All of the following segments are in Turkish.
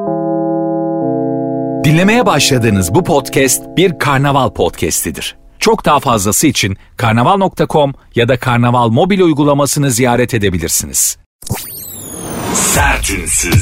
Dinlemeye başladığınız bu podcast bir karnaval podcastidir. Çok daha fazlası için karnaval.com ya da karnaval mobil uygulamasını ziyaret edebilirsiniz. Sertünsüz.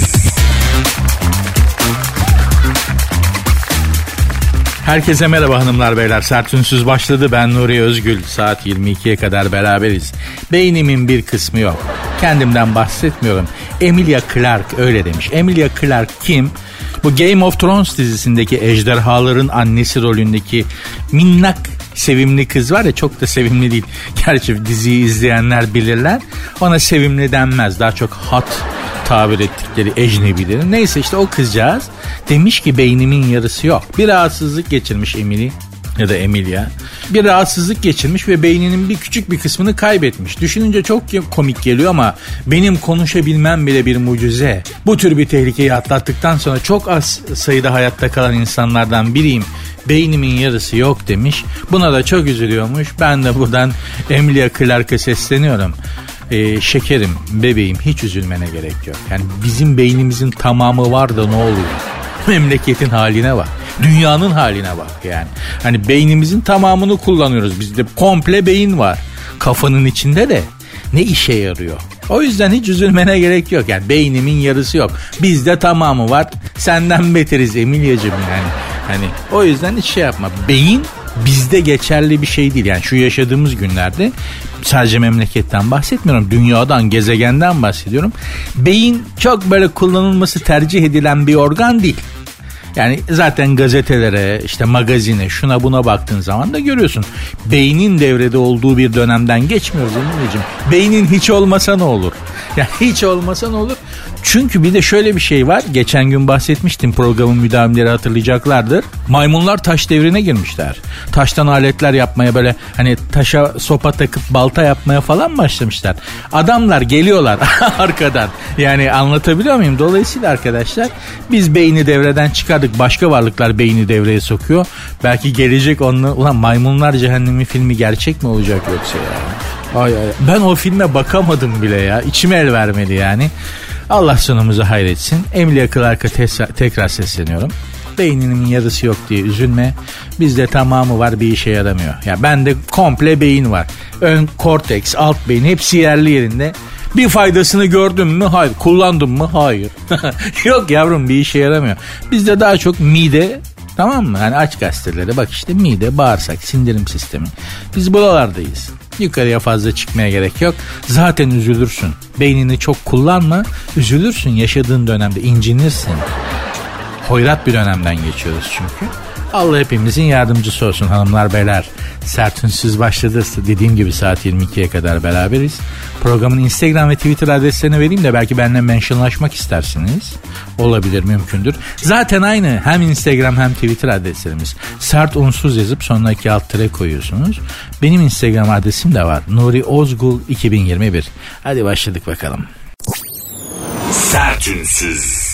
Herkese merhaba hanımlar beyler. Sertünsüz başladı. Ben Nuri Özgül. Saat 22'ye kadar beraberiz. Beynimin bir kısmı yok. Kendimden bahsetmiyorum. Emilia Clarke öyle demiş. Emilia Clarke kim? Bu Game of Thrones dizisindeki ejderhaların annesi rolündeki minnak sevimli kız var ya, çok da sevimli değil. Gerçi diziyi izleyenler bilirler. Ona sevimli denmez. Daha çok hot tabir ettikleri ecnebilerin. Neyse işte o kızcağız demiş ki beynimin yarısı yok. Bir rahatsızlık geçirmiş Emily ya da Emilia. Bir rahatsızlık geçirmiş ve beyninin küçük bir kısmını kaybetmiş. Düşününce çok komik geliyor ama benim konuşabilmem bile bir mucize. Bu tür bir tehlikeyi atlattıktan sonra çok az sayıda hayatta kalan insanlardan biriyim. Beynimin yarısı yok demiş. Buna da çok üzülüyormuş. Ben de buradan Emilia Clarke'a sesleniyorum. Şekerim, bebeğim, hiç üzülmene gerek yok. Yani bizim beynimizin tamamı var da ne oluyor? Memleketin haline bak. Dünyanın haline bak yani. Hani beynimizin tamamını kullanıyoruz. Bizde komple beyin var. Kafanın içinde de ne işe yarıyor? O yüzden hiç üzülmene gerek yok. Yani beynimin yarısı yok. Bizde tamamı var. Senden beteriz Emilyacığım yani. Hani o yüzden hiç şey yapma. Beyin bizde geçerli bir şey değil. Yani şu yaşadığımız günlerde sadece memleketten bahsetmiyorum. Dünyadan, gezegenden bahsediyorum. Beyin çok böyle kullanılması tercih edilen bir organ değil. Yani zaten gazetelere, işte magazine, şuna buna baktığın zaman da görüyorsun. Beynin devrede olduğu bir dönemden geçmiyoruz Emily'ciğim. Beynin hiç olmasa ne olur? Yani hiç olmasa ne olur? Çünkü bir de şöyle bir şey var. Geçen gün bahsetmiştim, programın müdavimleri hatırlayacaklardır. Maymunlar taş devrine girmişler. Taştan aletler yapmaya, böyle hani taşa sopa takıp balta yapmaya falan başlamışlar. Adamlar geliyorlar arkadan. Yani anlatabiliyor muyum? Dolayısıyla arkadaşlar biz beyni devreden çıkardık. Başka varlıklar beyni devreye sokuyor. Belki gelecek onunla. Ulan Maymunlar Cehennemi filmi gerçek mi olacak yoksa ya? Ay. Ben o filme bakamadım bile ya. İçime el vermedi yani. Allah sonumuzu hayretsin. Emilia Clarke'a tekrar sesleniyorum. Beyninin yarısı yok diye üzülme. Bizde tamamı var, bir işe yaramıyor. Ya bende komple beyin var. Ön korteks, alt beyin hepsi yerli yerinde. Bir faydasını gördün mü? Hayır. Kullandın mı? Hayır. Yok yavrum, bir işe yaramıyor. Bizde daha çok mide, tamam mı? Hani aç gazeteleri bak, işte mide, bağırsak, sindirim sistemi. Biz buralardayız. Yukarıya fazla çıkmaya gerek yok. Zaten üzülürsün. Beynini çok kullanma. Üzülürsün, yaşadığın dönemde incinirsin. Hoyrat bir dönemden geçiyoruz çünkü. Allah hepimizin yardımcısı olsun hanımlar beyler. Sertünsüz başladı. Dediğim gibi saat 22'ye kadar beraberiz. Programın Instagram ve Twitter adreslerini vereyim de belki benimle mentionlaşmak istersiniz. Olabilir, mümkündür. Zaten aynı hem Instagram hem Twitter adreslerimiz. Sert unsuz yazıp sonuna 2 alt tere koyuyorsunuz. Benim Instagram adresim de var. Nuri Ozgul 2021. Hadi başladık bakalım. Sertünsüz.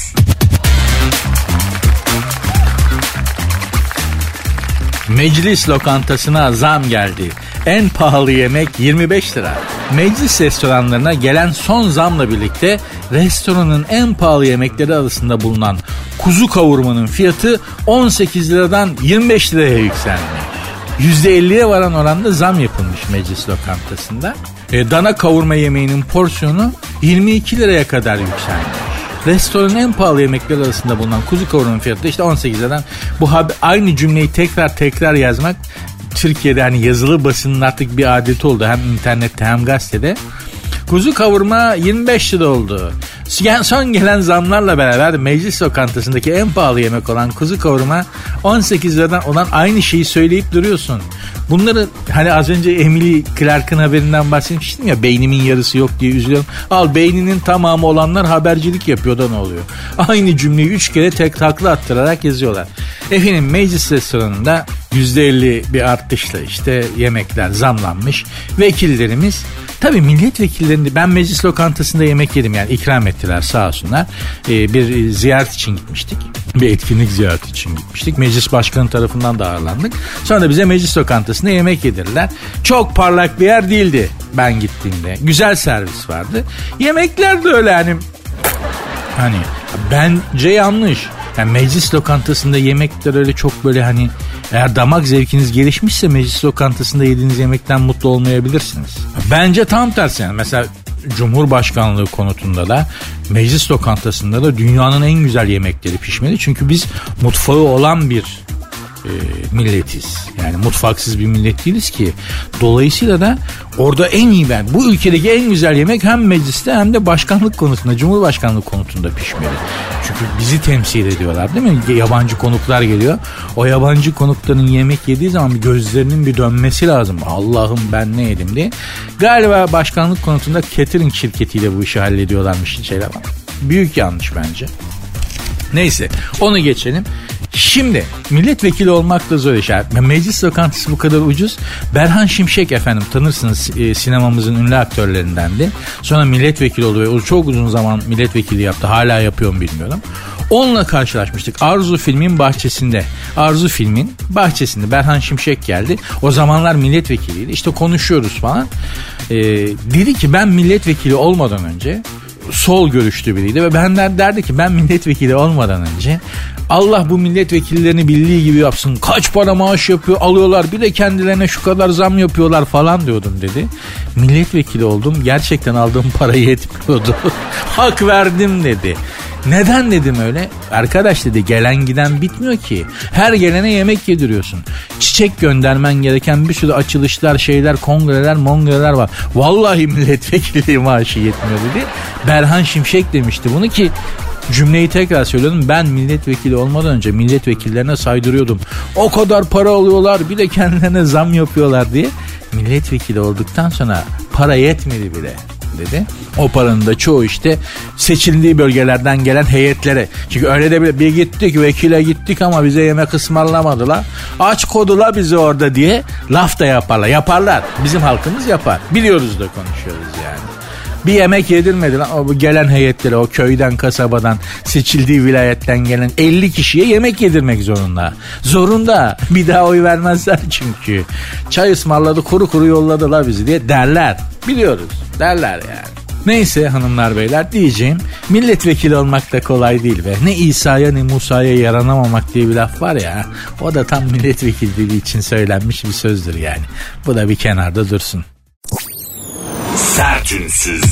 Meclis lokantasına zam geldi. En pahalı yemek 25 lira. Meclis restoranlarına gelen son zamla birlikte restoranın en pahalı yemekleri arasında bulunan kuzu kavurmanın fiyatı 18 liradan 25 liraya yükselmiş. %50'ye varan oranda zam yapılmış meclis lokantasında. Dana kavurma yemeğinin porsiyonu 22 liraya kadar yükselmiş. Restoranın en pahalı yemekler arasında bulunan kuzu kavurmanın fiyatı işte 18 liradan. Bu aynı cümleyi tekrar yazmak Türkiye'de hani yazılı basının artık bir adeti oldu. Hem internette hem gazetede. Kuzu kavurma 25 lira oldu. Son gelen zamlarla beraber meclis lokantasındaki en pahalı yemek olan kuzu kavurma 18 liradan olan aynı şeyi söyleyip duruyorsun. Bunları hani az önce Emily Clarke'ın haberinden bahsetmiştim ya, beynimin yarısı yok diye üzülüyorum. Al, beyninin tamamı olanlar habercilik yapıyor da ne oluyor? Aynı cümleyi 3 kere tek takla attırarak yazıyorlar. Efendim meclis restoranında %50 bir artışla işte yemekler zamlanmış. Vekillerimiz, tabii milletvekillerinde, ben meclis lokantasında yemek yedim yani, ikram ettiler sağ olsunlar. Bir ziyaret için gitmiştik. Bir etkinlik ziyareti için gitmiştik. Meclis başkanı tarafından da ağırlandık. Sonra da bize meclis lokantasında yemek yedirdiler. Çok parlak bir yer değildi ben gittiğimde. Güzel servis vardı. Yemekler de öyle hani Bence yanlış. Yani meclis lokantasında yemekler öyle çok böyle hani, eğer damak zevkiniz gelişmişse meclis lokantasında yediğiniz yemekten mutlu olmayabilirsiniz. Bence tam tersi yani. Mesela Cumhurbaşkanlığı konutunda da meclis lokantasında da dünyanın en güzel yemekleri pişmeli. Çünkü biz mutfağı olan bir milletiz. Yani mutfaksız bir millet değiliz ki. Dolayısıyla da orada en iyi bu ülkedeki en güzel yemek hem mecliste hem de başkanlık konutunda, Cumhurbaşkanlığı konutunda pişmeli. Çünkü bizi temsil ediyorlar değil mi? Yabancı konuklar geliyor. O yabancı konukların yemek yediği zaman gözlerinin bir dönmesi lazım. Allah'ım ben ne yedim diye. Galiba başkanlık konutunda catering şirketiyle bu işi hallediyorlarmış şeyler var. Büyük yanlış bence. Neyse onu geçelim. Şimdi milletvekili olmak da zor iş. Meclis lokantası bu kadar ucuz. Berhan Şimşek efendim, tanırsınız, sinemamızın ünlü aktörlerindendi. Sonra milletvekili oldu ve çok uzun zaman milletvekili yaptı. Hala yapıyor mu bilmiyorum. Onunla karşılaşmıştık. Arzu filmin bahçesinde. Arzu filmin bahçesinde Berhan Şimşek geldi. O zamanlar milletvekiliydi. İşte konuşuyoruz falan. Dedi ki ben milletvekili olmadan önce, sol görüşlü biriydi ve benden derdi ki ben milletvekili olmadan önce Allah bu milletvekillerini bildiği gibi yapsın. Kaç para maaş alıyorlar, bir de kendilerine şu kadar zam yapıyorlar falan diyordum dedi. Milletvekili oldum, gerçekten aldığım para yetmiyordu. Hak verdim dedi. Neden dedim öyle? Arkadaş dedi, gelen giden bitmiyor ki. Her gelene yemek yediriyorsun. Çiçek göndermen gereken bir sürü açılışlar, şeyler, kongreler, mongreler var. Vallahi milletvekili maaşı yetmiyor dedi. Berhan Şimşek demişti bunu ki, cümleyi tekrar söylüyorum. Ben milletvekili olmadan önce milletvekillerine saydırıyordum. O kadar para alıyorlar, bir de kendilerine zam yapıyorlar diye. Milletvekili olduktan sonra para yetmedi bile dedi. O paranın da çoğu işte seçildiği bölgelerden gelen heyetlere. Çünkü öyle de bir gittik, vekile gittik ama bize yemek ısmarlamadılar. Aç kodular bizi orada diye laf da yaparlar. Yaparlar. Bizim halkımız yapar. Biliyoruz da konuşuyoruz yani. Bir yemek yedirmediler. O gelen heyetlere, o köyden, kasabadan, seçildiği vilayetten gelen 50 kişiye yemek yedirmek zorunda. Zorunda. Bir daha oy vermezler çünkü. Çay ısmarladı, kuru kuru yolladılar bizi diye derler. Biliyoruz. Derler yani. Neyse hanımlar beyler, diyeceğim milletvekili olmak da kolay değil be. Ne İsa'ya ne Musa'ya yaranamamak diye bir laf var ya. O da tam milletvekilliği için söylenmiş bir sözdür yani. Bu da bir kenarda dursun. Sertünsüz.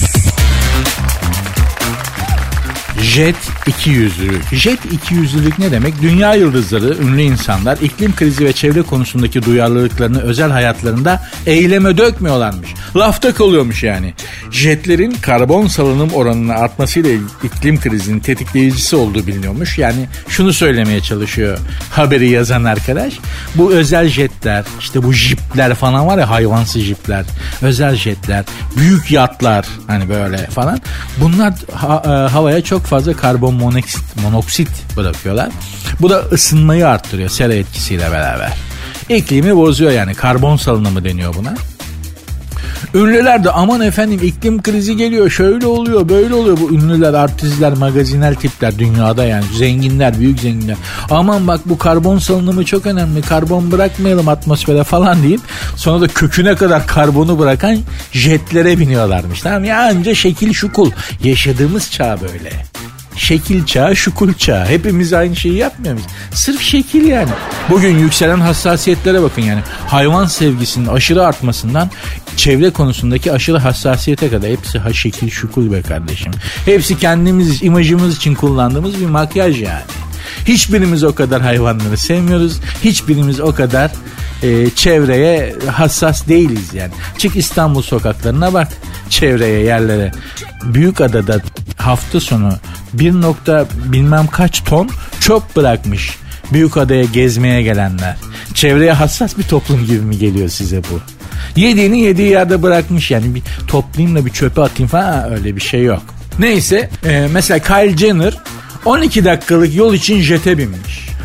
Jet 200'lülük. Jet 200'lülük ne demek? Dünya yıldızları, ünlü insanlar iklim krizi ve çevre konusundaki duyarlılıklarını özel hayatlarında eyleme dökmüyorlarmış. Lafta kalıyormuş yani. Jetlerin karbon salınım oranının artmasıyla iklim krizinin tetikleyicisi olduğu biliniyormuş. Yani şunu söylemeye çalışıyor haberi yazan arkadaş. Bu özel jetler, işte bu jipler falan var ya, hayvansı jipler, özel jetler, büyük yatlar hani böyle falan. Bunlar havaya çok fazla karbon monoksit bırakıyorlar. Bu da ısınmayı arttırıyor sera etkisiyle beraber. İklimi bozuyor yani, karbon salınımı deniyor buna. Ünlüler de aman efendim iklim krizi geliyor, şöyle oluyor, böyle oluyor. Bu ünlüler, artistler, magazinel tipler dünyada yani, zenginler, büyük zenginler. Aman bak bu karbon salınımı çok önemli, karbon bırakmayalım atmosfere falan deyip sonra da köküne kadar karbonu bırakan jetlere biniyorlarmış. Tamam ya, anca şekil şukul. Yaşadığımız çağ böyle. Şekil çağı, şukul çağı. Hepimiz aynı şeyi yapmıyor muyuz? Sırf şekil yani. Bugün yükselen hassasiyetlere bakın yani. Hayvan sevgisinin aşırı artmasından çevre konusundaki aşırı hassasiyete kadar hepsi şekil şukul be kardeşim. Hepsi kendimiz, imajımız için kullandığımız bir makyaj yani. Hiçbirimiz o kadar hayvanları sevmiyoruz. Hiçbirimiz o kadar çevreye hassas değiliz yani. Çık İstanbul sokaklarına bak, çevreye, yerlere. Büyükada'da hafta sonu 1. bilmem kaç ton çöp bırakmış Büyükada'ya gezmeye gelenler. Çevreye hassas bir toplum gibi mi geliyor size bu? Yediğini yediği yerde bırakmış yani, bir toplayayım da bir çöpe atayım falan, öyle bir şey yok. Neyse mesela Kylie Jenner 12 dakikalık yol için jete binmiş.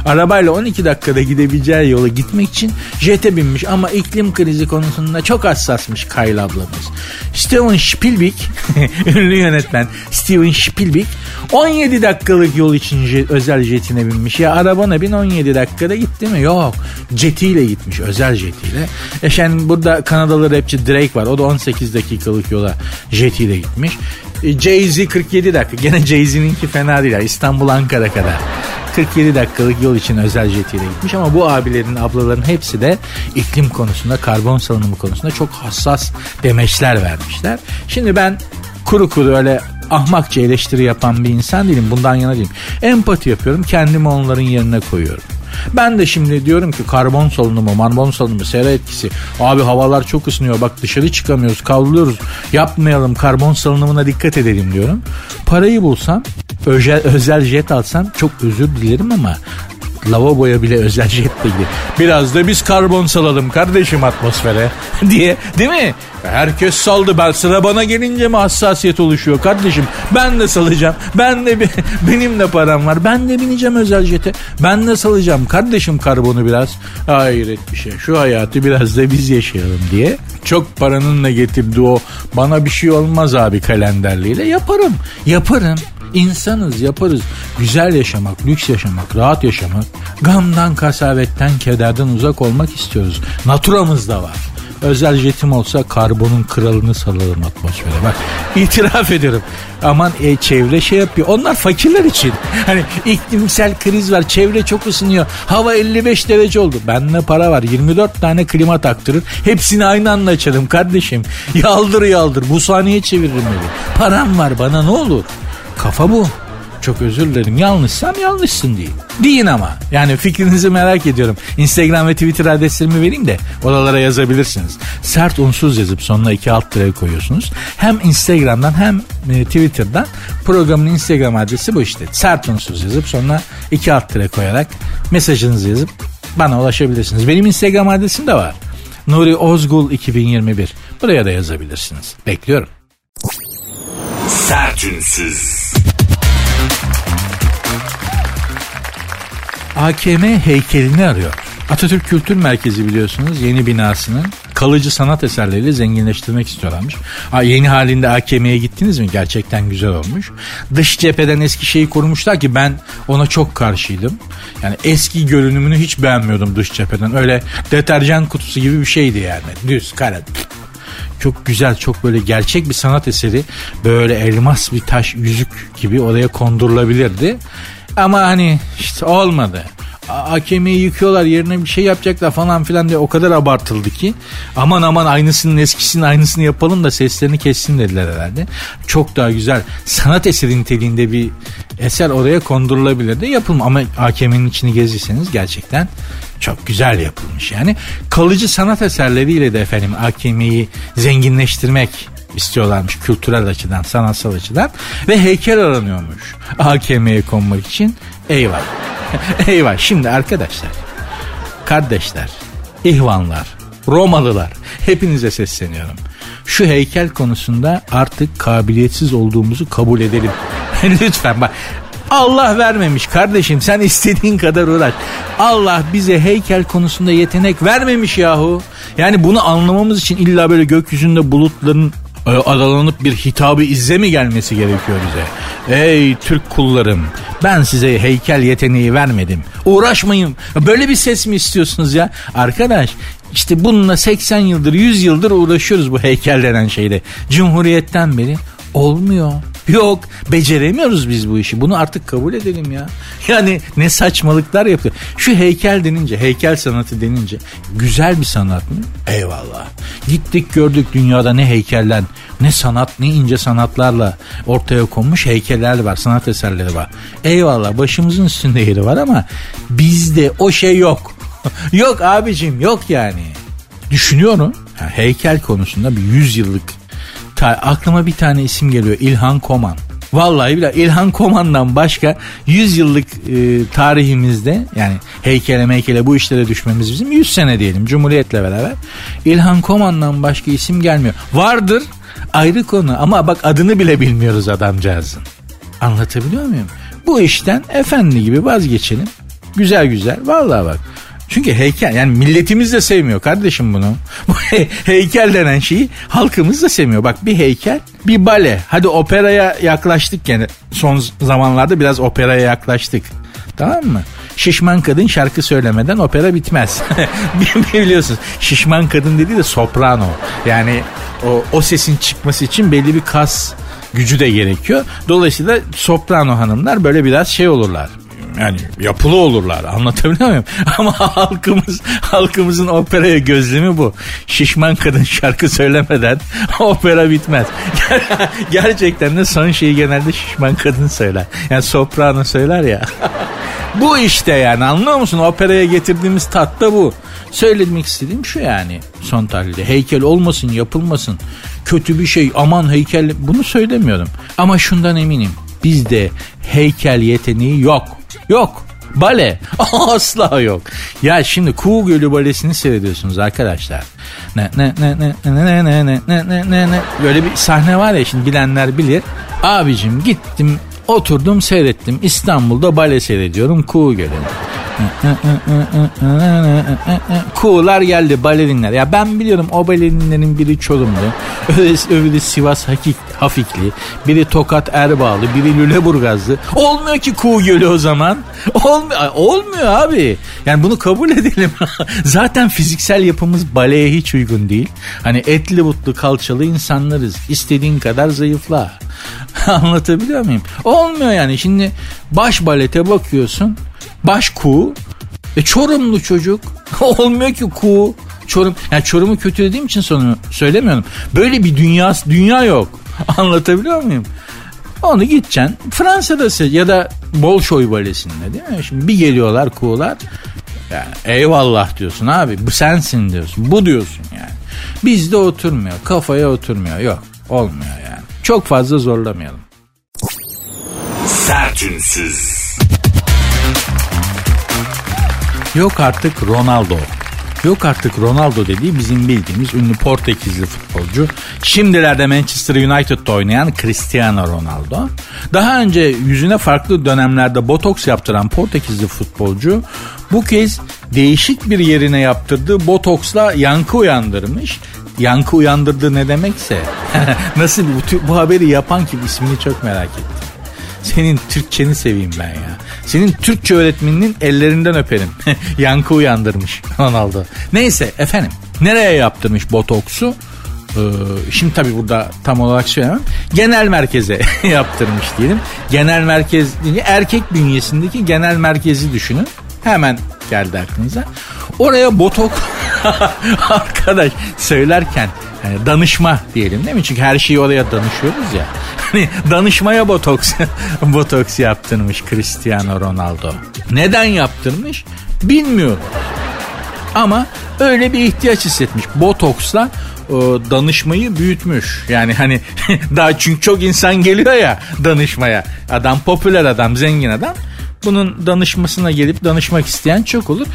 Arabayla 12 dakikada gidebileceği yola gitmek için jete binmiş ama iklim krizi konusunda çok hassasmış Kayla ablamız. Steven Spielberg, ünlü yönetmen Steven Spielberg 17 dakikalık yol için özel jetine binmiş. Ya arabana bin 17 dakikada gitti mi? Yok. Jetiyle gitmiş, özel jetiyle. Şimdi burada Kanadalı rapçi Drake var. O da 18 dakikalık yola jetiyle gitmiş. Jay-Z 47 dakika. Gene Jay-Z'ninki fena değil. İstanbul Ankara kadar. 47 dakikalık yol için özel jetiyle gitmiş ama bu abilerin, ablaların hepsi de iklim konusunda, karbon salınımı konusunda çok hassas demeçler vermişler. Şimdi ben kuru öyle ahmakça eleştiri yapan bir insan değilim. Bundan yana değilim. Empati yapıyorum. Kendimi onların yerine koyuyorum. Ben de şimdi diyorum ki karbon salınımı, sera etkisi. Abi havalar çok ısınıyor. Bak dışarı çıkamıyoruz, kavruluyoruz. Yapmayalım, karbon salınımına dikkat edelim diyorum. Parayı bulsam, özel jet alsam çok özür dilerim ama lavaboya bile özel jetle gidiyor. Biraz da biz karbon salalım kardeşim atmosfere diye, değil mi? Herkes saldı. Sıra bana gelince mi hassasiyet oluşuyor kardeşim? Ben de salacağım. Benim de param var. Ben de bineceğim özel jete. Ben de salacağım kardeşim karbonu biraz. Hayret bir şey. Şu hayatı biraz da biz yaşayalım diye. Çok paranın da getirdiği o bana bir şey olmaz abi kalenderliğiyle yaparım. İnsanız, yaparız. Güzel yaşamak, lüks yaşamak, rahat yaşamak, gamdan, kasavetten, kederden uzak olmak istiyoruz. Naturamızda var. Özel jetim olsa karbonun kralını salarım atmosfere. Bak itiraf ediyorum. Aman çevre şey yapıyor. Onlar fakirler için. Hani iklimsel kriz var. Çevre çok ısınıyor. Hava 55 derece oldu. Bende para var. 24 tane klima taktırır. Hepsini aynı anda açarım kardeşim. Yaldır. Bu saniye çeviririm evi. Param var, bana ne olur. Kafa bu. Çok özür dilerim. Yanlışsam yanlışsın deyin ama. Yani fikrinizi merak ediyorum. Instagram ve Twitter adreslerimi vereyim de oralara yazabilirsiniz. Sert unsuz yazıp sonuna 2 alt tere koyuyorsunuz. Hem Instagram'dan hem Twitter'dan programın Instagram adresi bu işte. Sert unsuz yazıp sonuna 2 alt tere koyarak mesajınızı yazıp bana ulaşabilirsiniz. Benim Instagram adresim de var. Nuri Ozgul 2021. Buraya da yazabilirsiniz. Bekliyorum. Sertünsüz. AKM heykelini arıyor. Atatürk Kültür Merkezi biliyorsunuz yeni binasının kalıcı sanat eserleriyle zenginleştirmek istiyorlarmış. Yeni halinde AKM'ye gittiniz mi? Gerçekten güzel olmuş. Dış cepheden eski şeyi korumuşlar ki ben ona çok karşıydım. Yani eski görünümünü hiç beğenmiyordum dış cepheden. Öyle deterjan kutusu gibi bir şeydi yani. Düz, kare. Çok güzel, çok böyle gerçek bir sanat eseri, böyle elmas bir taş yüzük gibi oraya kondurulabilirdi. Ama hani işte olmadı. AKM'yi yıkıyorlar, yerine bir şey yapacaklar falan filan diye o kadar abartıldı ki aman aynısının eskisinin aynısını yapalım da seslerini kessin dediler herhalde. Çok daha güzel sanat eseri niteliğinde bir eser oraya kondurulabilirdi, yapılma ama AKM'nin içini gezirseniz gerçekten çok güzel yapılmış. Yani kalıcı sanat eserleriyle de efendim AKM'yi zenginleştirmek istiyorlarmış kültürel açıdan, sanatsal açıdan ve heykel aranıyormuş AKM'ye konmak için. Eyvah. Eyvah. Şimdi arkadaşlar, kardeşler, ihvanlar, Romalılar, hepinize sesleniyorum. Şu heykel konusunda artık kabiliyetsiz olduğumuzu kabul edelim. Lütfen bak. Allah vermemiş kardeşim, sen istediğin kadar uğraş. Allah bize heykel konusunda yetenek vermemiş yahu. Yani bunu anlamamız için illa böyle gökyüzünde bulutların aralanıp bir hitabı izze mi gelmesi gerekiyor bize? Ey Türk kullarım, ben size heykel yeteneği vermedim. Uğraşmayın. Böyle bir ses mi istiyorsunuz ya? Arkadaş işte bununla 80 yıldır 100 yıldır uğraşıyoruz bu heykel denen şeyle. Cumhuriyetten beri olmuyor. Yok, beceremiyoruz biz bu işi. Bunu artık kabul edelim ya. Yani ne saçmalıklar yapıyor. Şu heykel denince, heykel sanatı denince güzel bir sanat mı? Eyvallah. Gittik gördük dünyada ne heykeller, ne sanat, ne ince sanatlarla ortaya konmuş heykeller var, sanat eserleri var. Eyvallah, başımızın üstünde yeri var ama bizde o şey yok. Yok abicim, yok yani. Düşünüyorum heykel konusunda bir 100 yıllık aklıma bir tane isim geliyor. İlhan Koman. Vallahi billahi İlhan Koman'dan başka 100 yıllık tarihimizde, yani heykele bu işlere düşmemiz bizim 100 sene diyelim Cumhuriyet'le beraber. İlhan Koman'dan başka isim gelmiyor. Vardır, ayrı konu ama bak adını bile bilmiyoruz adamcağızın. Anlatabiliyor muyum? Bu işten efendi gibi vazgeçelim. Güzel güzel. Vallahi bak. Çünkü heykel, yani milletimiz de sevmiyor kardeşim bunu. Bu heykel denen şeyi halkımız da sevmiyor. Bak, bir heykel, bir bale. Hadi operaya yaklaştık gene. Son zamanlarda biraz operaya yaklaştık. Tamam mı? Şişman kadın şarkı söylemeden opera bitmez. Biliyorsunuz. Şişman kadın dediği de soprano. Yani o sesin çıkması için belli bir kas gücü de gerekiyor. Dolayısıyla soprano hanımlar böyle biraz şey olurlar. Yani yapılı olurlar, anlatabiliyor muyum? Ama halkımızın operaya gözlemi bu. Şişman kadın şarkı söylemeden opera bitmez. Gerçekten de son şeyi genelde şişman kadın söyler. Yani soprano söyler ya. Bu işte, yani anlıyor musun? Operaya getirdiğimiz tat da bu. Söylemek istediğim şu, yani son tahlilde. Heykel olmasın, yapılmasın. Kötü bir şey, aman heykel, bunu söylemiyorum. Ama şundan eminim. Bizde heykel yeteneği yok. Yok. Bale asla yok. Ya şimdi Kuğu Gölü Balesi'ni seyrediyorsunuz arkadaşlar. Böyle bir sahne var ya, şimdi bilenler bilir. Abicim gittim, oturdum, seyrettim. İstanbul'da bale seyrediyorum Kuğu Gölü'nde. Kuğular geldi, balerinler. Ya ben biliyorum, o balerinlerin biri Çorumlu, öbürü Sivas Hafikli, biri Tokat Erbağlı, biri Lüleburgazlı. Olmuyor ki Kuğu Gölü o zaman. Olmuyor abi. Yani bunu kabul edelim. Zaten fiziksel yapımız baleye hiç uygun değil. Hani etli butlu kalçalı insanlarız. İstediğin kadar zayıfla. Anlatabiliyor muyum? Olmuyor yani. Şimdi baş balete bakıyorsun. Baş kuğu. Çorumlu çocuk. Olmuyor ki kuğu. Çorum. Yani Çorum'u kötülediğim için söylemiyorum. Böyle bir dünya yok. Anlatabiliyor muyum? Onu gideceksin Fransa'da ya da Bolşoy Balesi'nde, değil mi? Şimdi bir geliyorlar kuğular. Yani eyvallah diyorsun abi. Bu sensin diyorsun. Bu diyorsun yani. Bizde oturmuyor. Kafaya oturmuyor. Yok. Olmuyor yani. Çok fazla zorlamayalım. Sertünsüz. Yok artık Ronaldo. Yok artık Ronaldo dediği bizim bildiğimiz ünlü Portekizli futbolcu. Şimdilerde Manchester United'da oynayan Cristiano Ronaldo. Daha önce yüzüne farklı dönemlerde botoks yaptıran Portekizli futbolcu bu kez değişik bir yerine yaptırdığı botoksla yankı uyandırmış. Yankı uyandırdığı ne demekse. Nasıl bu haberi yapan kim, ismini çok merak ettim. Senin Türkçeni seveyim ben ya. Senin Türkçe öğretmeninin ellerinden öperim. Yankı uyandırmış Ronaldo. Neyse efendim, nereye yaptırmış botoksu? Şimdi tabii burada tam olarak söylemem. Genel merkeze yaptırmış diyelim. Genel merkez, erkek bünyesindeki genel merkezi düşünün. Hemen geldi aklınıza. Oraya botoks arkadaş söylerken yani danışma diyelim, değil mi? Çünkü her şeyi oraya danışıyoruz ya. Hani danışmaya botoks yaptırmış Cristiano Ronaldo. Neden yaptırmış? Bilmiyorum. Ama öyle bir ihtiyaç hissetmiş. Botoksla danışmayı büyütmüş. Yani hani daha, çünkü çok insan geliyor ya danışmaya. Adam popüler adam, zengin adam. Bunun danışmasına gelip danışmak isteyen çok olur.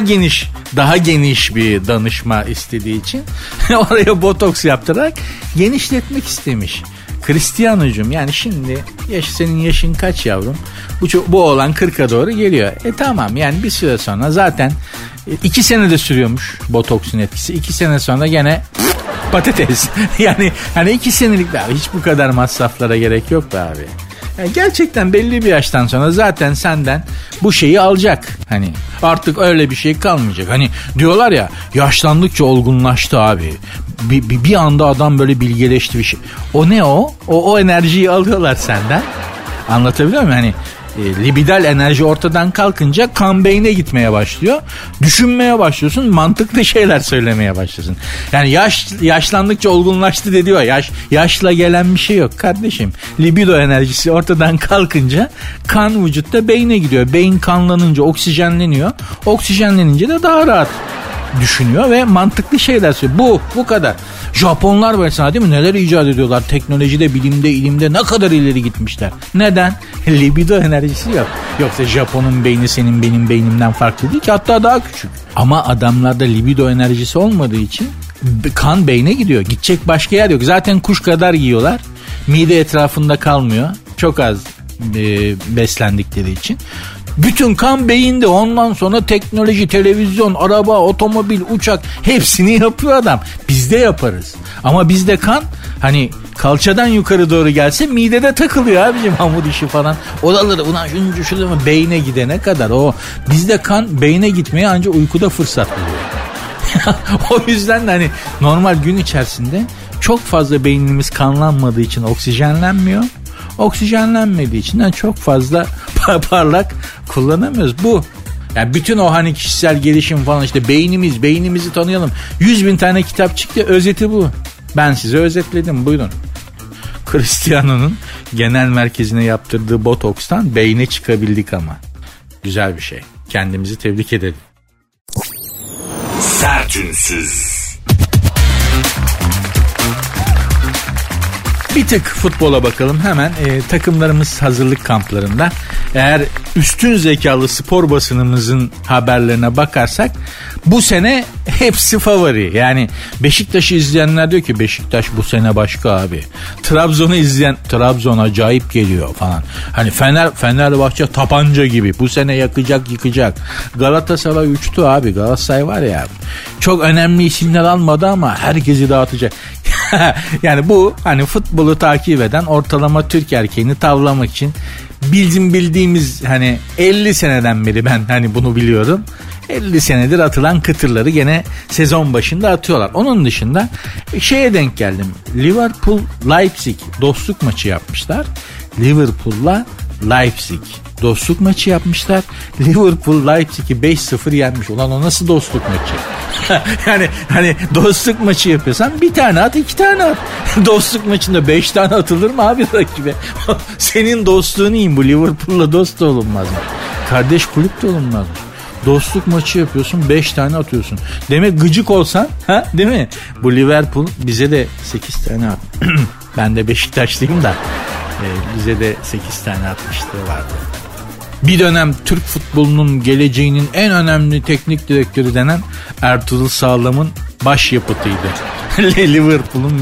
Daha geniş bir danışma istediği için oraya botoks yaptırarak genişletmek istemiş. Cristiano'cum, yani şimdi senin yaşın kaç yavrum? Bu oğlan 40'a doğru geliyor. Tamam, yani bir süre sonra zaten 2 sene de sürüyormuş botoksun etkisi. 2 sene sonra gene patates. Yani hani 2 senelik abi, hiç bu kadar masraflara gerek yok be abi. Yani gerçekten belli bir yaştan sonra zaten senden bu şeyi alacak. Hani artık öyle bir şey kalmayacak. Hani diyorlar ya, yaşlandıkça olgunlaştı abi. Bir anda adam böyle bilgeleşti bir şey. O ne o? O enerjiyi alıyorlar senden. Anlatabiliyor muyum? Hani libidal enerji ortadan kalkınca kan beyne gitmeye başlıyor. Düşünmeye başlıyorsun. Mantıklı şeyler söylemeye başlıyorsun. Yani yaşlandıkça olgunlaştı dedi ya. Yaşla gelen bir şey yok kardeşim. Libido enerjisi ortadan kalkınca kan vücutta beyne gidiyor. Beyin kanlanınca oksijenleniyor. Oksijenlenince de daha rahat düşünüyor ve mantıklı şeyler söylüyor. Bu kadar. Japonlar mesela, değil mi? Neler icat ediyorlar. Teknolojide, bilimde, ilimde ne kadar ileri gitmişler. Neden? Libido enerjisi yok. Yoksa Japon'un beyni senin benim beynimden farklı değil ki, hatta daha küçük. Ama adamlarda libido enerjisi olmadığı için kan beyne gidiyor. Gidecek başka yer yok. Zaten kuş kadar yiyorlar. Mide etrafında kalmıyor. Çok az beslendikleri için. Bütün kan beyinde. Ondan sonra teknoloji, televizyon, araba, otomobil, uçak hepsini yapıyor adam. Biz de yaparız. Ama bizde kan hani kalçadan yukarı doğru gelse midede takılıyor abicim, hamur işi falan. Oraları ulan şunu beyne gidene kadar o. Bizde kan beyne gitmeye ancak uykuda fırsat buluyor. O yüzden de hani normal gün içerisinde çok fazla beynimiz kanlanmadığı için oksijenlenmiyor. Oksijenlenmediği için de çok fazla parlak kullanamıyoruz. Bu yani bütün o hani kişisel gelişim falan, işte beynimizi tanıyalım. 100.000 tane kitap çıktı, özeti bu. Ben size özetledim, buyurun. Cristiano'nun genel merkezine yaptırdığı botokstan beyne çıkabildik ama. Güzel bir şey. Kendimizi tebrik edelim. Sertünsüz. Bir tık futbola bakalım hemen. Takımlarımız hazırlık kamplarında. Eğer üstün zekalı spor basınımızın haberlerine bakarsak bu sene hepsi favori. Yani Beşiktaş'ı izleyenler diyor ki Beşiktaş bu sene başka abi. Trabzon'u izleyen Trabzon acayip geliyor falan. Hani Fenerbahçe tapanca gibi bu sene yakacak yıkacak. Galatasaray uçtu abi. Galatasaray var ya, çok önemli isimler almadı ama herkesi dağıtacak. Yani bu hani futbolu takip eden ortalama Türk erkeğini tavlamak için bildiğimiz hani 50 seneden beri ben hani bunu biliyorum. 50 senedir atılan kıtırları gene sezon başında atıyorlar. Onun dışında şeye denk geldim. Liverpool Leipzig dostluk maçı yapmışlar. Liverpool'la Leipzig dostluk maçı yapmışlar. Liverpool Leipzig'i 5-0 yenmiş. Ulan o nasıl dostluk maçı? Yani hani dostluk maçı yapıyorsan bir tane at, 2 tane at. Dostluk maçında 5 tane atılır mı abi rakibe? Senin dostluğunu yiyeyim, bu Liverpool'la dost da olunmaz mı? Kardeş kulüp de olunmaz mı? Dostluk maçı yapıyorsun, 5 tane atıyorsun. Demek gıcık olsan, ha değil mi? Bu Liverpool bize de 8 tane at. Ben de Beşiktaşlıyım da bize de 8 tane atmışlığı vardı. Bir dönem Türk futbolunun geleceğinin en önemli teknik direktörü denen Ertuğrul Sağlam'ın başyapıtıydı. Liverpool'un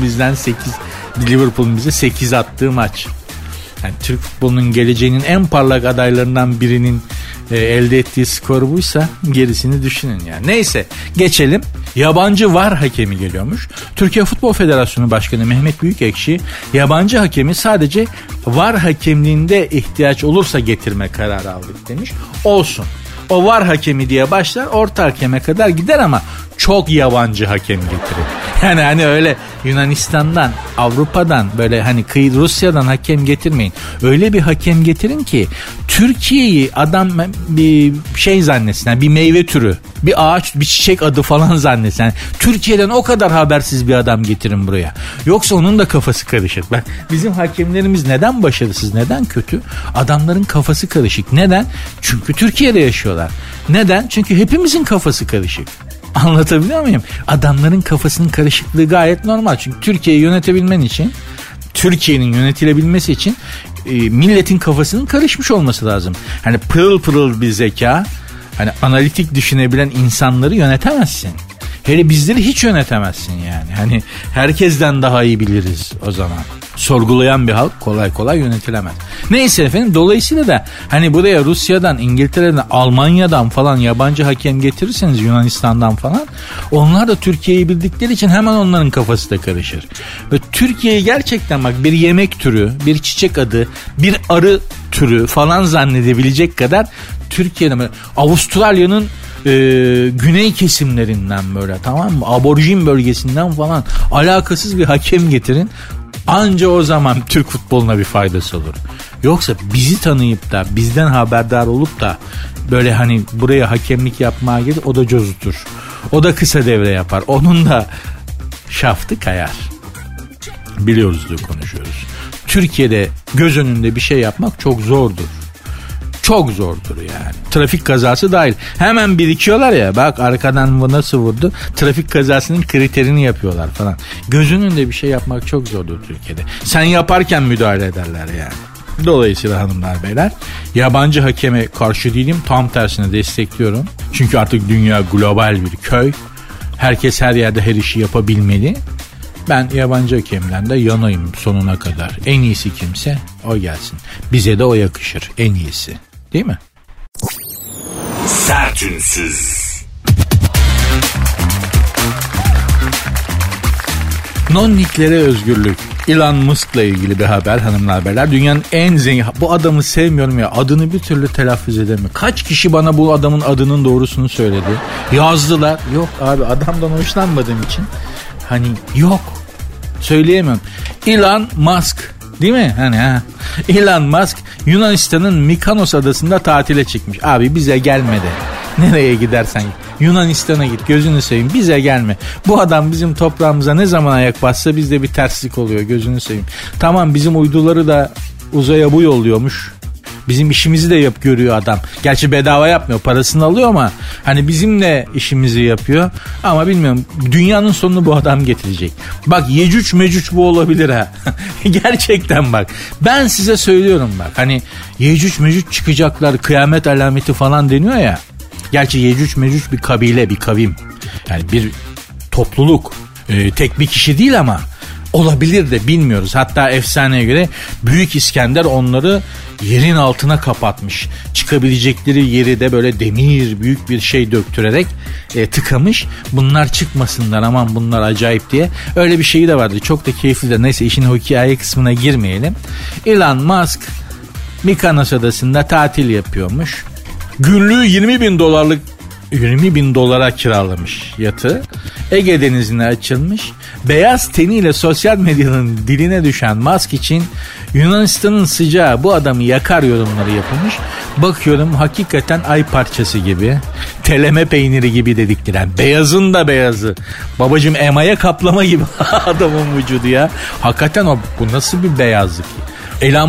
bize 8 attığı maç. Yani Türk futbolunun geleceğinin en parlak adaylarından birinin elde ettiği skor buysa gerisini düşünün yani. Neyse geçelim. Yabancı VAR hakemi geliyormuş. Türkiye Futbol Federasyonu Başkanı Mehmet Büyükekşi yabancı hakemi sadece VAR hakemliğinde ihtiyaç olursa getirme kararı aldık demiş. Olsun. O VAR hakemi diye başlar, orta hakeme kadar gider ama çok yabancı hakem getirir. Yani hani öyle Yunanistan'dan, Avrupa'dan, böyle hani Rusya'dan hakem getirmeyin. Öyle bir hakem getirin ki Türkiye'yi adam bir şey zannetsin. Yani bir meyve türü, bir ağaç, bir çiçek adı falan zannetsin. Yani Türkiye'den o kadar habersiz bir adam getirin buraya. Yoksa onun da kafası karışır. Bak bizim hakemlerimiz neden başarısız, neden kötü? Adamların kafası karışık. Neden? Çünkü Türkiye'de yaşıyorlar. Neden? Çünkü hepimizin kafası karışık. Anlatabiliyor muyum? Adamların kafasının karışıklığı gayet normal. Çünkü Türkiye'yi yönetebilmen için, Türkiye'nin yönetilebilmesi için milletin kafasının karışmış olması lazım. Hani pırıl pırıl bir zeka, hani analitik düşünebilen insanları yönetemezsin. Hele bizleri hiç yönetemezsin yani. Hani herkesten daha iyi biliriz o zaman. Sorgulayan bir halk kolay kolay yönetilemez. Neyse efendim, dolayısıyla da hani buraya Rusya'dan, İngiltere'den, Almanya'dan falan yabancı hakem getirirseniz, Yunanistan'dan falan, onlar da Türkiye'yi bildikleri için hemen onların kafası da karışır. Ve Türkiye'yi gerçekten bak bir yemek türü, bir çiçek adı, bir arı türü falan zannedebilecek kadar Türkiye'de Avustralya'nın güney kesimlerinden böyle, tamam mı? Aborjin bölgesinden falan alakasız bir hakem getirin. Anca o zaman Türk futboluna bir faydası olur. Yoksa bizi tanıyıp da bizden haberdar olup da böyle hani buraya hakemlik yapmaya gelir, o da cozutur. O da kısa devre yapar. Onun da şaftı kayar. Biliyoruzdur, konuşuyoruz. Türkiye'de göz önünde bir şey yapmak çok zordur. Çok zordur yani. Trafik kazası dahil. Hemen birikiyorlar ya, bak arkadan bu nasıl vurdu. Trafik kazasının kriterini yapıyorlar falan. Göz önünde bir şey yapmak çok zordur Türkiye'de. Sen yaparken müdahale ederler yani. Dolayısıyla hanımlar beyler, yabancı hakeme karşı değilim. Tam tersine destekliyorum. Çünkü artık dünya global bir köy. Herkes her yerde her işi yapabilmeli. Ben yabancı hakemden de yanayım sonuna kadar. En iyisi kimse o gelsin. Bize de o yakışır. En iyisi. Değil mi? Sertünsüz. Non-nicklere özgürlük. Elon Musk'la ilgili bir haber hanımlar beyler. Dünyanın en zengin... Bu adamı sevmiyorum ya. Adını bir türlü telaffuz edemiyorum. Kaç kişi bana bu adamın adının doğrusunu söyledi. Yazdılar. Yok abi, adamdan hoşlanmadığım için. Hani yok. Söyleyemem. Elon Musk. Değil mi? Hani ha. Elon Musk Yunanistan'ın Mikonos adasında tatile çıkmış. Abi bize gelmedi. Nereye gidersen git. Yunanistan'a git, gözünü seveyim, bize gelme. Bu adam bizim toprağımıza ne zaman ayak bassa bizde bir terslik oluyor, gözünü seveyim. Tamam, bizim uyduları da uzaya bu yolluyormuş. Bizim işimizi de görüyor adam. Gerçi bedava yapmıyor, parasını alıyor ama hani bizimle işimizi yapıyor. Ama bilmiyorum, dünyanın sonunu bu adam getirecek. Bak, Yecüc Mecüc bu olabilir ha. Gerçekten bak. Ben size söylüyorum bak. Hani Yecüc Mecüc çıkacaklar, kıyamet alameti falan deniyor ya. Gerçi Yecüc Mecüc bir kabile, bir kavim. Yani bir topluluk. Tek bir kişi değil ama olabilir de bilmiyoruz. Hatta efsaneye göre Büyük İskender onları yerin altına kapatmış. Çıkabilecekleri yeri de böyle demir büyük bir şey döktürerek tıkamış. Bunlar çıkmasınlar, aman bunlar acayip diye. Öyle bir şey de vardı. Çok da keyifli de. Neyse, işin hikaye kısmına girmeyelim. Elon Musk Mikonos adasında tatil yapıyormuş. Günlüğü 20 bin dolara kiralamış yatı. Ege Denizi'ne açılmış. Beyaz teniyle sosyal medyanın diline düşen Musk için Yunanistan'ın sıcağı bu adamı yakar yorumları yapılmış. Bakıyorum hakikaten ay parçası gibi, teleme peyniri gibi dediktiren, beyazın da beyazı. Babacım, emaye kaplama gibi adamın vücudu ya. Hakikaten bu nasıl bir beyazlık? Elon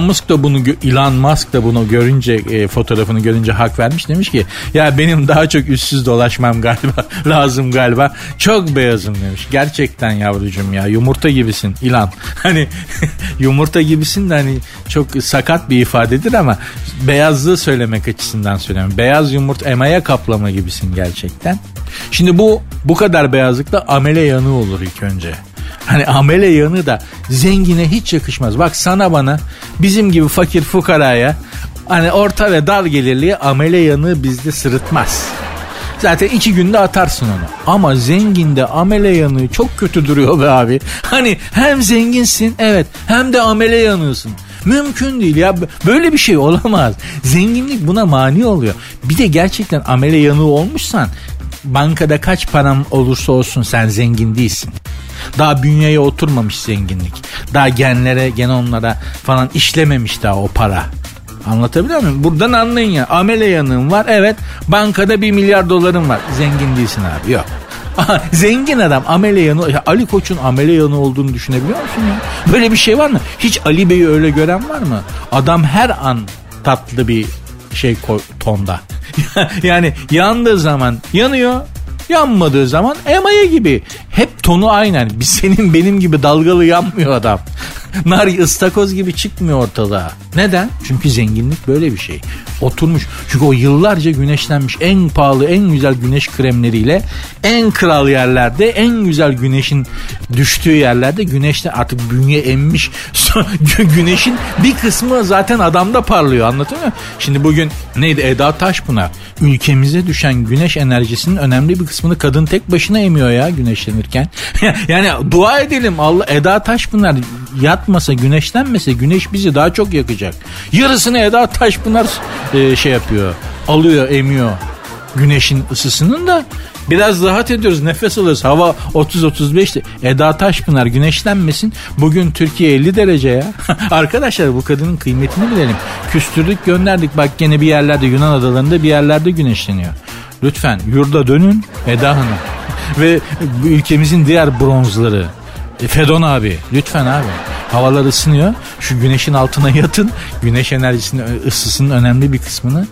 Musk da bunu görünce, fotoğrafını görünce hak vermiş, demiş ki ya benim daha çok üstsüz dolaşmam lazım galiba, çok beyazım demiş. Gerçekten yavrucum ya, yumurta gibisin Elon. Hani yumurta gibisin de hani çok sakat bir ifadedir ama beyazlığı söylemek açısından söylüyorum. Beyaz yumurta, emaye kaplama gibisin gerçekten. Şimdi bu kadar beyazlıkla amele yanığı olur ilk önce. Hani amele yanı da zengine hiç yakışmaz. Bak, sana bana, bizim gibi fakir fukaraya, hani orta ve dar gelirliye amele yanığı bizde sırıtmaz. Zaten 2 günde atarsın onu. Ama zenginde amele yanığı çok kötü duruyor be abi. Hani hem zenginsin, evet, hem de amele yanıyorsun. Mümkün değil ya, böyle bir şey olamaz. Zenginlik buna mani oluyor. Bir de gerçekten amele yanığı olmuşsan, bankada kaç param olursa olsun sen zengin değilsin. Daha bünyeye oturmamış zenginlik. Daha genlere, genomlara falan işlememiş daha o para. Anlatabiliyor muyum? Buradan anlayın ya. Amele yanığın var, evet. Bankada 1 milyar doların var. Zengin değilsin abi. Yok. Zengin adam amele yanığı. Ya Ali Koç'un amele yanığı olduğunu düşünebiliyor musun ya? Böyle bir şey var mı? Hiç Ali Bey'i öyle gören var mı? Adam her an tatlı bir şey tonda. Yani yandığı zaman yanıyor, yanmadığı zaman emaye gibi. Hep tonu aynen. Senin benim gibi dalgalı yanmıyor adam. Nar ıstakoz gibi çıkmıyor ortalığa. Neden? Çünkü zenginlik böyle bir şey. Oturmuş. Çünkü o yıllarca güneşlenmiş. En pahalı, en güzel güneş kremleriyle en kral yerlerde, en güzel güneşin düştüğü yerlerde güneşte artık bünye emmiş. Güneşin bir kısmı zaten adamda parlıyor, anlatıyor muyum? Şimdi bugün neydi? Eda Taşpınar. Ülkemize düşen güneş enerjisinin önemli bir kısmını kadın tek başına emiyor ya güneşlenirken. Yani dua edelim, Allah, Eda Taşpınar yatmasa, güneşlenmese güneş bizi daha çok yakacak. Yarısını Eda Taşpınar şey yapıyor, alıyor, emiyor güneşin ısısının da. Biraz rahat ediyoruz, nefes alıyoruz. Hava 30-35'te. Eda Taşpınar güneşlenmesin. Bugün Türkiye 50 derece ya. Arkadaşlar, bu kadının kıymetini bilelim. Küstürdük, gönderdik. Bak, gene bir yerlerde, Yunan adalarında bir yerlerde güneşleniyor. Lütfen yurda dönün Eda Hanım. Ve ülkemizin diğer bronzları. Fedon abi, lütfen abi. Havalar ısınıyor. Şu güneşin altına yatın. Güneş enerjisinin, ısısının önemli bir kısmını,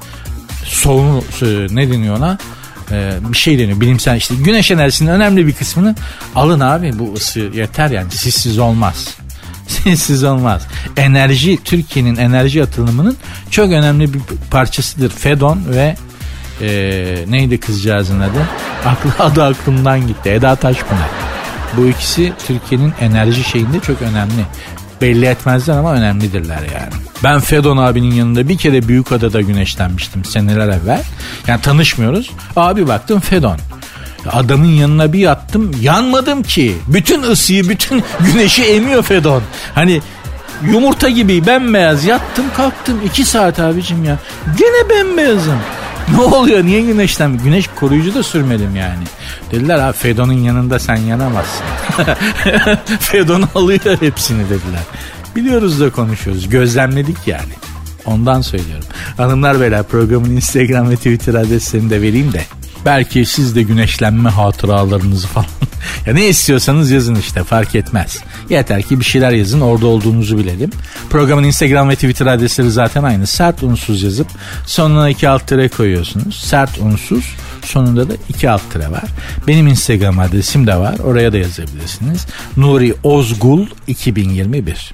ne deniyor ona? Bir şey deniyor bilimsel, işte güneş enerjisinin önemli bir kısmını alın abi, bu ısı yeter yani, sizsiz olmaz. Sizsiz olmaz. Enerji, Türkiye'nin enerji atılımının çok önemli bir parçasıdır. Fedon ve neydi kızcağızın adı? Adı aklımdan gitti. Eda Taşpınar. Bu ikisi Türkiye'nin enerji şeyinde çok önemli. belli etmezler ama önemlidirler yani. Ben Fedon abinin yanında bir kere Büyükada'da güneşlenmiştim seneler evvel. Yani tanışmıyoruz. Abi baktım Fedon. Adamın yanına bir yattım, yanmadım ki. Bütün ısıyı, bütün güneşi emiyor Fedon. Hani yumurta gibi bembeyaz yattım kalktım 2 saat abicim ya. Gene bembeyazım. Ne oluyor, niye güneşten? Güneş koruyucu da sürmedim yani. Dediler abi Fedon'un yanında sen yanamazsın. Fedon alıyor hepsini dediler. Biliyoruz da konuşuyoruz, gözlemledik yani. Ondan söylüyorum. Hanımlar beyler, programın Instagram ve Twitter adreslerini de vereyim de belki siz de güneşlenme hatıralarınızı falan ya ne istiyorsanız yazın işte, fark etmez. Yeter ki bir şeyler yazın, orada olduğunuzu bilelim. Programın Instagram ve Twitter adresleri zaten aynı. Sert unsuz yazıp sonuna 2 alt tire koyuyorsunuz. Sert unsuz, sonunda da 2 alt tire var. Benim Instagram adresim de var, oraya da yazabilirsiniz. Nuri Ozgul 2021.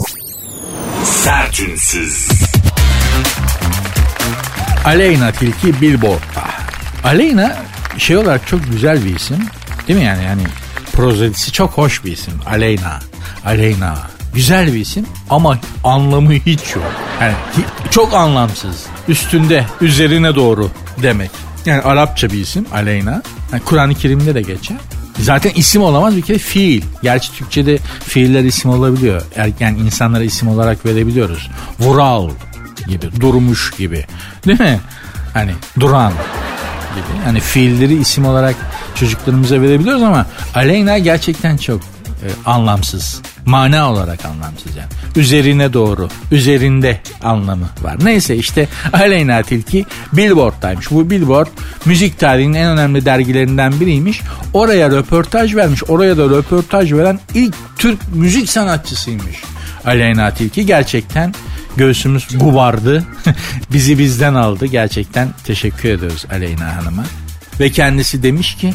Sert unsuz. Aleyna Tilki Billboard'da. Aleyna şey olarak çok güzel bir isim değil mi yani prozedisi çok hoş bir isim. Aleyna güzel bir isim ama anlamı hiç yok. Yani çok anlamsız. Üstünde, üzerine doğru demek. Yani Arapça bir isim Aleyna. Yani Kur'an-ı Kerim'de de geçer. Zaten isim olamaz, bir kere fiil. Gerçi Türkçe'de fiiller isim olabiliyor. Yani insanlara isim olarak verebiliyoruz. Vural gibi, durmuş gibi. Değil mi? Hani duran gibi. Yani fiilleri isim olarak çocuklarımıza verebiliyoruz ama Aleyna gerçekten çok anlamsız. Mana olarak anlamsız yani. Üzerine doğru, üzerinde anlamı var. Neyse işte Aleyna Tilki Billboard'daymış. Bu Billboard müzik tarihinin en önemli dergilerinden biriymiş. Oraya röportaj vermiş. Oraya da röportaj veren ilk Türk müzik sanatçısıymış. Aleyna Tilki gerçekten göğsümüz gubardı. Bizi bizden aldı. Gerçekten teşekkür ediyoruz Aleyna Hanım'a. Ve kendisi demiş ki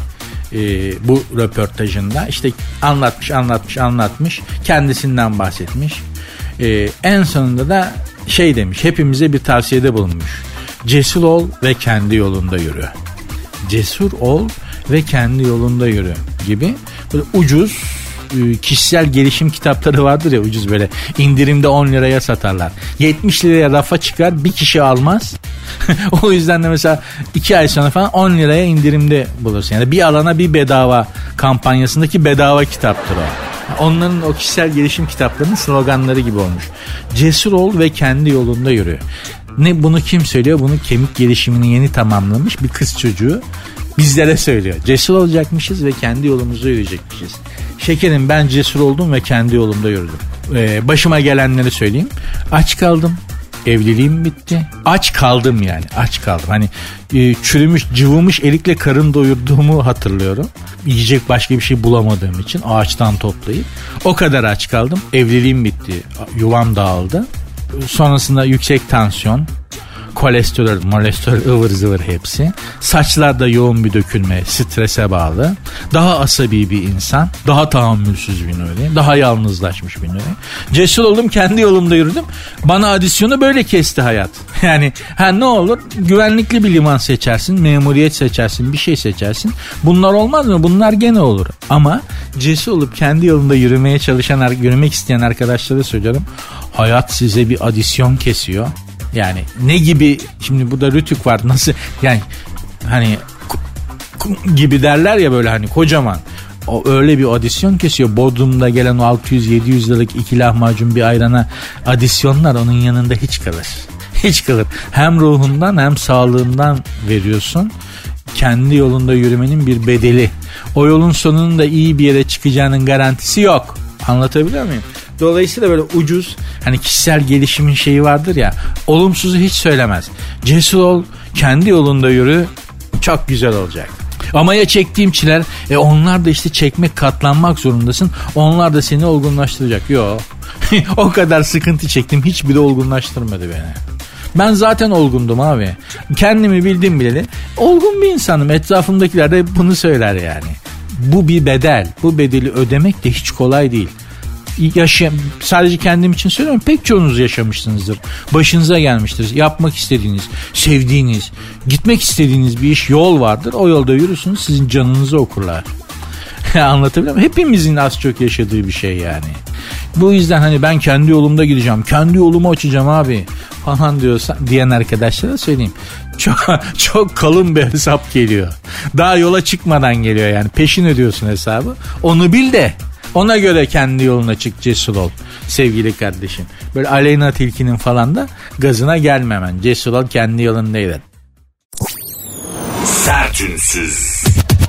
bu röportajında işte anlatmış. Kendisinden bahsetmiş. En sonunda da şey demiş. Hepimize bir tavsiyede bulunmuş. Cesur ol ve kendi yolunda yürü. Cesur ol ve kendi yolunda yürü gibi böyle ucuz kişisel gelişim kitapları vardır ya, ucuz böyle indirimde 10 liraya satarlar. 70 liraya rafa çıkar, bir kişi almaz. O yüzden de mesela 2 ay sonra falan 10 liraya indirimde bulursun. Yani bir alana bir bedava kampanyasındaki bedava kitaptır o. Onların o kişisel gelişim kitaplarının sloganları gibi olmuş. Cesur ol ve kendi yolunda yürü. Ne bunu kim söylüyor? Bunu kemik gelişimini yeni tamamlamış bir kız çocuğu bizlere söylüyor. Cesur olacakmışız ve kendi yolumuza yürüyecekmişiz. Şekerim, ben cesur oldum ve kendi yolumda yürüdüm. Başıma gelenleri söyleyeyim. Aç kaldım. Evliliğim bitti. Aç kaldım yani. Aç kaldım. Hani çürümüş, cıvımış erikle karın doyurduğumu hatırlıyorum. Yiyecek başka bir şey bulamadığım için ağaçtan toplayıp. O kadar aç kaldım. Evliliğim bitti. Yuvam dağıldı. Sonrasında yüksek tansiyon, kolesterol, ıvır zıvır hepsi. Saçlarda yoğun bir dökülme, strese bağlı. Daha asabi bir insan, daha tahammülsüz bir Nuri, daha yalnızlaşmış bir Nuri. Cesur oldum, kendi yolumda yürüdüm. Bana adisyonu böyle kesti hayat. Yani ne olur, güvenlikli bir liman seçersin, memuriyet seçersin, bir şey seçersin. Bunlar olmaz mı? Bunlar gene olur. Ama cesur olup kendi yolunda yürümek isteyen arkadaşlara söylüyorum. Hayat size bir adisyon kesiyor. Yani ne gibi, şimdi burada rütük var, nasıl yani hani gibi derler ya böyle, hani kocaman, o öyle bir adisyon kesiyor. Bodrum'da gelen o 600-700 liralık 2 lahmacun bir ayrana adisyonlar onun yanında hiç kalır. Hem ruhundan hem sağlığından veriyorsun. Kendi yolunda yürümenin bir bedeli. O yolun sonunun da iyi bir yere çıkacağının garantisi yok. Anlatabiliyor muyum? Dolayısıyla böyle ucuz, hani kişisel gelişimin şeyi vardır ya, olumsuzu hiç söylemez. Cesur ol, kendi yolunda yürü, çok güzel olacak. Ama ya çektiğim çiler, onlar da işte çekmek, katlanmak zorundasın. Onlar da seni olgunlaştıracak. Yok. O kadar sıkıntı çektim, hiçbiri olgunlaştırmadı beni. Ben zaten olgundum abi. Kendimi bildim bileli olgun bir insanım. Etrafımdakiler de bunu söyler yani. Bu bir bedel. Bu bedeli ödemek de hiç kolay değil. Sadece kendim için söylüyorum, pek çoğunuz yaşamışsınızdır. Başınıza gelmiştir. Yapmak istediğiniz, sevdiğiniz, gitmek istediğiniz bir iş, yol vardır. O yolda yürürsünüz, sizin canınızı okurlar. Anlatabiliyor muyum? Hepimizin az çok yaşadığı bir şey yani. Bu yüzden hani ben kendi yolumda gideceğim, kendi yolumu açacağım abi falan diyen arkadaşlara söyleyeyim. Çok kalın bir hesap geliyor. Daha yola çıkmadan geliyor yani. Peşin ödüyorsun hesabı. Onu bil de ona göre kendi yoluna çık, cesur ol sevgili kardeşim. Böyle Aleyna Tilki'nin falan da gazına gelmemen. Cesur ol, kendi yolunda iler. Sertünsüz.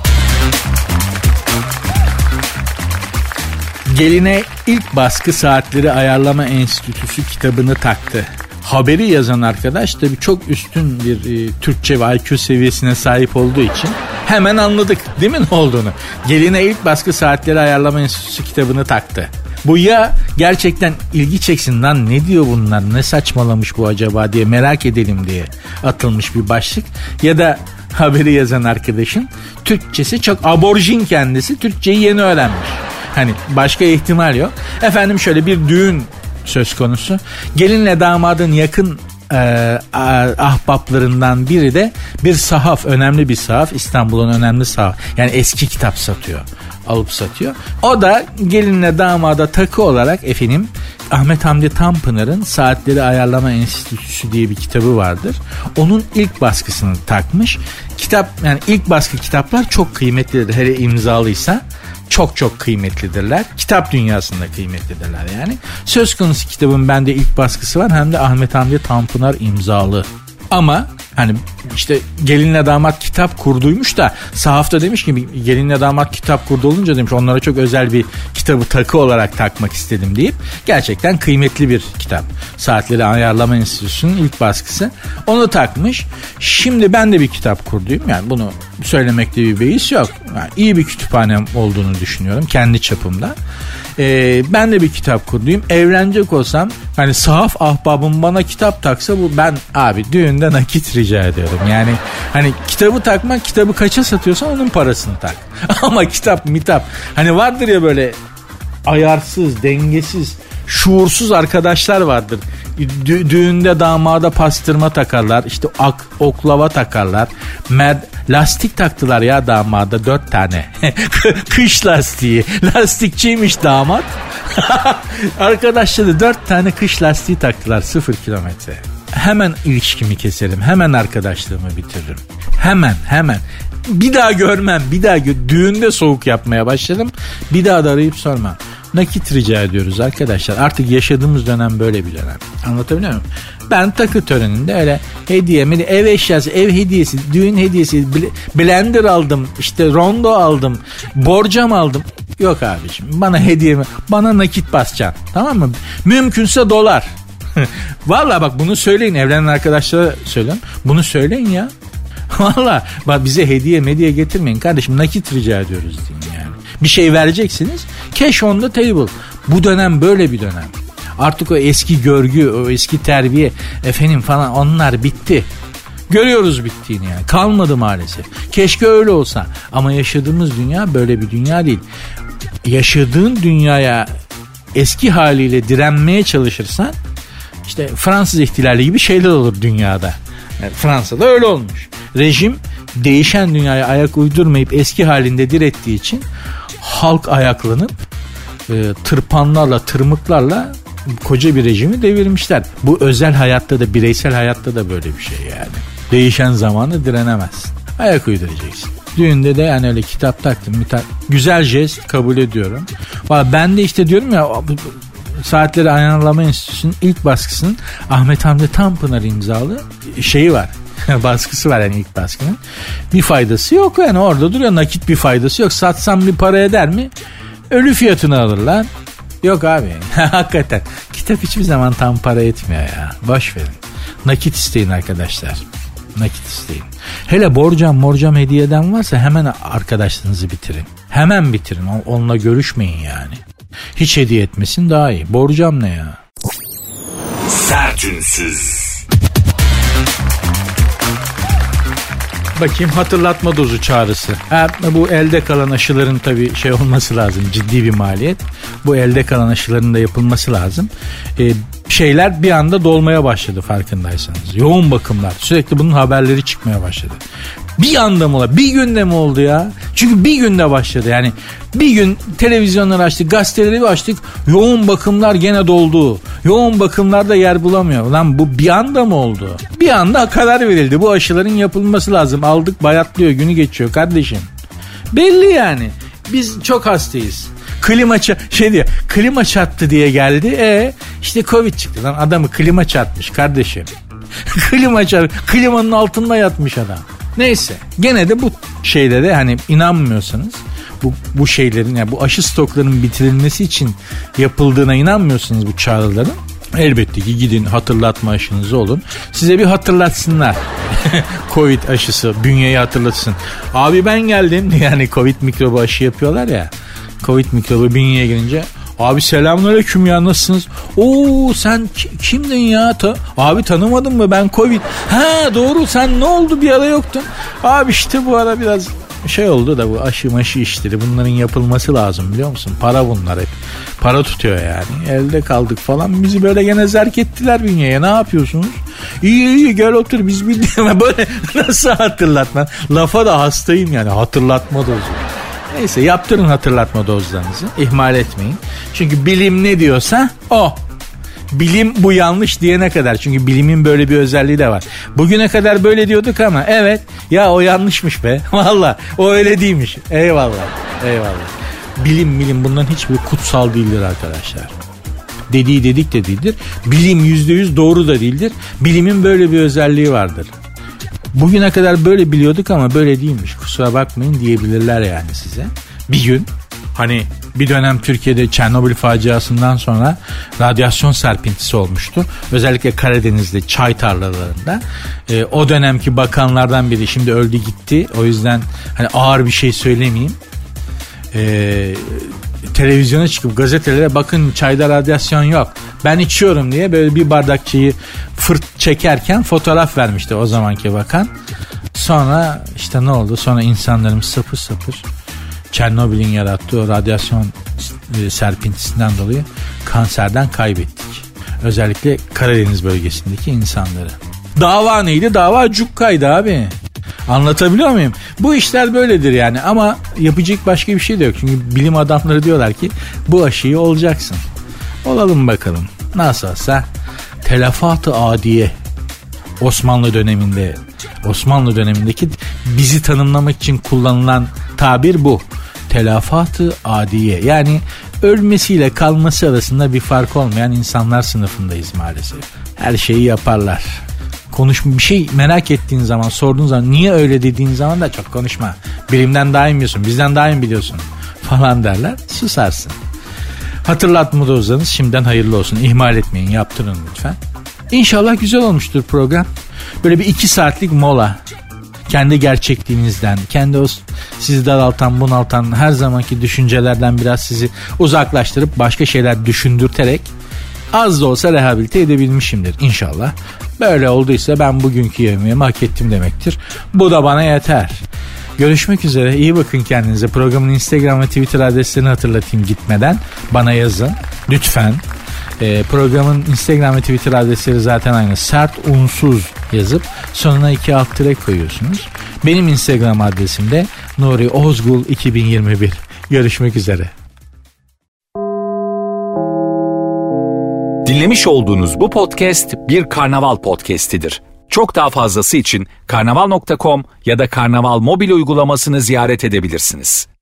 Geline ilk baskı Saatleri Ayarlama Enstitüsü kitabını taktı. Haberi yazan arkadaş tabii çok üstün bir Türkçe ve IQ seviyesine sahip olduğu için hemen anladık değil mi ne olduğunu. Geline ilk baskı Saatleri Ayarlama Enstitüsü kitabını taktı. Bu ya gerçekten ilgi çeksin, lan ne diyor bunlar, ne saçmalamış bu acaba diye merak edelim diye atılmış bir başlık, ya da haberi yazan arkadaşın Türkçesi çok aborjin, kendisi Türkçeyi yeni öğrenmiş. Hani başka ihtimal yok. Efendim şöyle bir düğün söz konusu. Gelinle damadın yakın ahbaplarından biri de bir sahaf, önemli bir sahaf, İstanbul'un önemli sahaf. Yani eski kitap satıyor. Alıp satıyor. O da gelinle damada takı olarak efendim Ahmet Hamdi Tanpınar'ın Saatleri Ayarlama Enstitüsü diye bir kitabı vardır. Onun ilk baskısını takmış. Kitap, yani ilk baskı kitaplar çok kıymetlidir. Hele imzalıysa çok kıymetlidirler. Kitap dünyasında kıymetlidirler yani. Söz konusu kitabın bende ilk baskısı var. Hem de Ahmet Hamdi Tanpınar imzalı. Ama hani işte gelinle damat kitap kurduymuş da sahafta demiş ki gelinle damat kitap kurdu olunca demiş onlara çok özel bir kitabı takı olarak takmak istedim deyip, gerçekten kıymetli bir kitap. Saatleri Ayarlama Enstitüsü'nün ilk baskısı. Onu takmış. Şimdi ben de bir kitap kurduyum. Yani bunu söylemekte bir beis yok. Yani iyi bir kütüphanem olduğunu düşünüyorum kendi çapımda. Ben de bir kitap kurduyum. Evlenecek olsam hani sahaf ahbabım bana kitap taksa, bu ben abi düğünde nakit rica ediyorum. Yani hani kitabı takmak, kitabı kaça satıyorsan onun parasını tak. Ama kitap hani vardır ya böyle ayarsız, dengesiz, şuursuz arkadaşlar vardır. Düğünde damada pastırma takarlar, işte oklava takarlar, lastik taktılar ya damada 4 tane. Kış lastiği. Lastikçiymiş damat. Arkadaşları 4 tane kış lastiği taktılar, 0 kilometre. Hemen ilişkimi keserim, hemen arkadaşlığımı bitiririm. Hemen. Bir daha görmem, düğünde soğuk yapmaya başladım. Bir daha da arayıp sormam. Nakit rica ediyoruz arkadaşlar. Artık yaşadığımız dönem böyle bir dönem. Anlatabiliyor muyum? Ben takı töreninde öyle hediye, ev eşyası, ev hediyesi, düğün hediyesi, blender aldım, işte rondo aldım, borcam aldım. Yok abiciğim, bana hediye mi? Bana nakit basacaksın. Tamam mı? Mümkünse dolar. Vallahi bak, bunu söyleyin, evlenen arkadaşlara söyleyin. Bunu söyleyin ya. Vallahi bak, bize hediye getirmeyin kardeşim, nakit rica ediyoruz deyin yani. Bir şey vereceksiniz, cash on the table. Bu dönem böyle bir dönem. Artık o eski görgü, o eski terbiye efendim falan, onlar bitti. Görüyoruz bittiğini yani. Kalmadı maalesef. Keşke öyle olsa. Ama yaşadığımız dünya böyle bir dünya değil. Yaşadığın dünyaya eski haliyle direnmeye çalışırsan işte Fransız ihtilali gibi şeyler olur dünyada. Yani Fransa'da öyle olmuş. Rejim değişen dünyaya ayak uydurmayıp eski halinde direttiği için halk ayaklanıp tırpanlarla, tırmıklarla koca bir rejimi devirmişler. Bu özel hayatta da, bireysel hayatta da böyle bir şey yani. Değişen zamanı direnemezsin. Ayak uyduracaksın. Düğünde de yani öyle kitap taktım. Güzel jest, kabul ediyorum. Ben de işte diyorum ya, Saatleri Ayarlama Enstitüsü'nün ilk baskısının Ahmet Hamdi Tanpınar imzalı şeyi var. Baskısı var yani, ilk baskının. Bir faydası yok yani, orada duruyor, nakit bir faydası yok. Satsam bir para eder mi? Ölü fiyatını alırlar. Yok abi. Hakikaten. Kitap hiçbir zaman tam para etmiyor ya. Boş verin. Nakit isteyin arkadaşlar. Nakit isteyin. Hele borcam hediyeden varsa hemen arkadaşlığınızı bitirin. Hemen bitirin. Onunla görüşmeyin yani. Hiç hediye etmesin daha iyi. Borcam ne ya? Sertünsüz. Bakayım, hatırlatma dozu çağrısı. Bu elde kalan aşıların tabii şey olması lazım. Ciddi bir maliyet. Bu elde kalan aşıların da yapılması lazım. şeyler bir anda dolmaya başladı farkındaysanız. Yoğun bakımlar. Sürekli bunun haberleri çıkmaya başladı. Bir anda mı oldu? Bir günde mi oldu ya? Çünkü bir günde başladı. Yani bir gün televizyonları açtık, gazeteleri açtık. Yoğun bakımlar gene doldu. Yoğun bakımlarda yer bulamıyor. Lan bu bir anda mı oldu? Bir anda karar verildi. Bu aşıların yapılması lazım. Aldık, bayatlıyor, günü geçiyor kardeşim. Belli yani. Biz çok hastayız. Klima çattı diye geldi. İşte Covid çıktı lan, adamı klima çatmış kardeşim. Klimanın altında yatmış adam. Neyse, gene de bu şeylere hani inanmıyorsanız, bu şeylerin, yani bu aşı stoklarının bitirilmesi için yapıldığına inanmıyorsanız bu çağrıların, elbette ki gidin hatırlatma aşınızı olun. Size bir hatırlatsınlar. Covid aşısı bünyeyi hatırlatsın. Abi ben geldim, yani Covid mikrobu aşı yapıyorlar ya. Covid mikrobu bünyeye girince, abi selamünaleyküm ya, nasılsınız? Oo sen kimdin ya? Abi tanımadın mı, ben Covid. Ha doğru, sen ne oldu, bir ara yoktun. Abi işte bu ara biraz şey oldu da bu aşı işleri, bunların yapılması lazım biliyor musun? Para bunlar hep. Para tutuyor yani. Elde kaldık falan. Bizi böyle gene zerk ettiler bünyeye. Ne yapıyorsunuz? İyi gel otur, biz bildiğime böyle nasıl hatırlatma? Lafa da hastayım yani, hatırlatma dozu. Neyse, yaptırın hatırlatma dozlarınızı. İhmal etmeyin. Çünkü bilim ne diyorsa o. Bilim bu yanlış diyene kadar. Çünkü bilimin böyle bir özelliği de var. Bugüne kadar böyle diyorduk ama evet ya o yanlışmış be. Valla o öyle değilmiş. Eyvallah. Bilim bunların hiçbir kutsal değildir arkadaşlar. Dediği dedik de değildir. Bilim %100 doğru da değildir. Bilimin böyle bir özelliği vardır. Bugüne kadar böyle biliyorduk ama böyle değilmiş, kusura bakmayın diyebilirler yani size. Bir gün hani bir dönem Türkiye'de Çernobil faciasından sonra radyasyon serpintisi olmuştu. Özellikle Karadeniz'de çay tarlalarında. O dönemki bakanlardan biri şimdi öldü gitti. O yüzden hani ağır bir şey söylemeyeyim. Televizyona çıkıp gazetelere bakın çayda radyasyon yok, ben içiyorum diye böyle bir bardak çayı çekerken fotoğraf vermişti o zamanki bakan. Sonra işte ne oldu? Sonra insanlarımız sapır Çernobil'in yarattığı o radyasyon serpintisinden dolayı kanserden kaybettik. Özellikle Karadeniz bölgesindeki insanları. Dava neydi? Dava cukkaydı abi. Anlatabiliyor muyum? Bu işler böyledir yani, ama yapacak başka bir şey de yok. Çünkü bilim adamları diyorlar ki bu aşıyı olacaksın. Olalım bakalım. Nasıl olsa telafat-ı adiye Osmanlı dönemindeki bizi tanımlamak için kullanılan tabir bu. Telafat-ı adiye, yani ölmesiyle kalması arasında bir fark olmayan insanlar sınıfındayız maalesef. Her şeyi yaparlar. Bir şey merak ettiğin zaman, sorduğun zaman, niye öyle dediğin zaman da çok konuşma. Bilimden daha iyi biliyorsun, bizden daha iyi biliyorsun falan derler. Susarsın. Hatırlatma dozlarınız şimdiden hayırlı olsun. İhmal etmeyin, yaptırın lütfen. İnşallah güzel olmuştur program. Böyle bir 2 saatlik mola. Kendi gerçekliğinizden, kendi o sizi daraltan, bunaltan her zamanki düşüncelerden biraz sizi uzaklaştırıp başka şeyler düşündürterek az da olsa rehabilite edebilmişimdir inşallah. Böyle olduysa ben bugünkü yemeğimi hak ettim demektir. Bu da bana yeter. Görüşmek üzere. İyi bakın kendinize. Programın Instagram ve Twitter adreslerini hatırlatayım gitmeden. Bana yazın lütfen. Programın Instagram ve Twitter adresleri zaten aynı. Sert unsuz yazıp sonuna 2 alt tire koyuyorsunuz. Benim Instagram adresim de Nuri Ozgul 2021. Görüşmek üzere. Dinlemiş olduğunuz bu podcast bir Karnaval podcastidir. Çok daha fazlası için karnaval.com ya da Karnaval mobil uygulamasını ziyaret edebilirsiniz.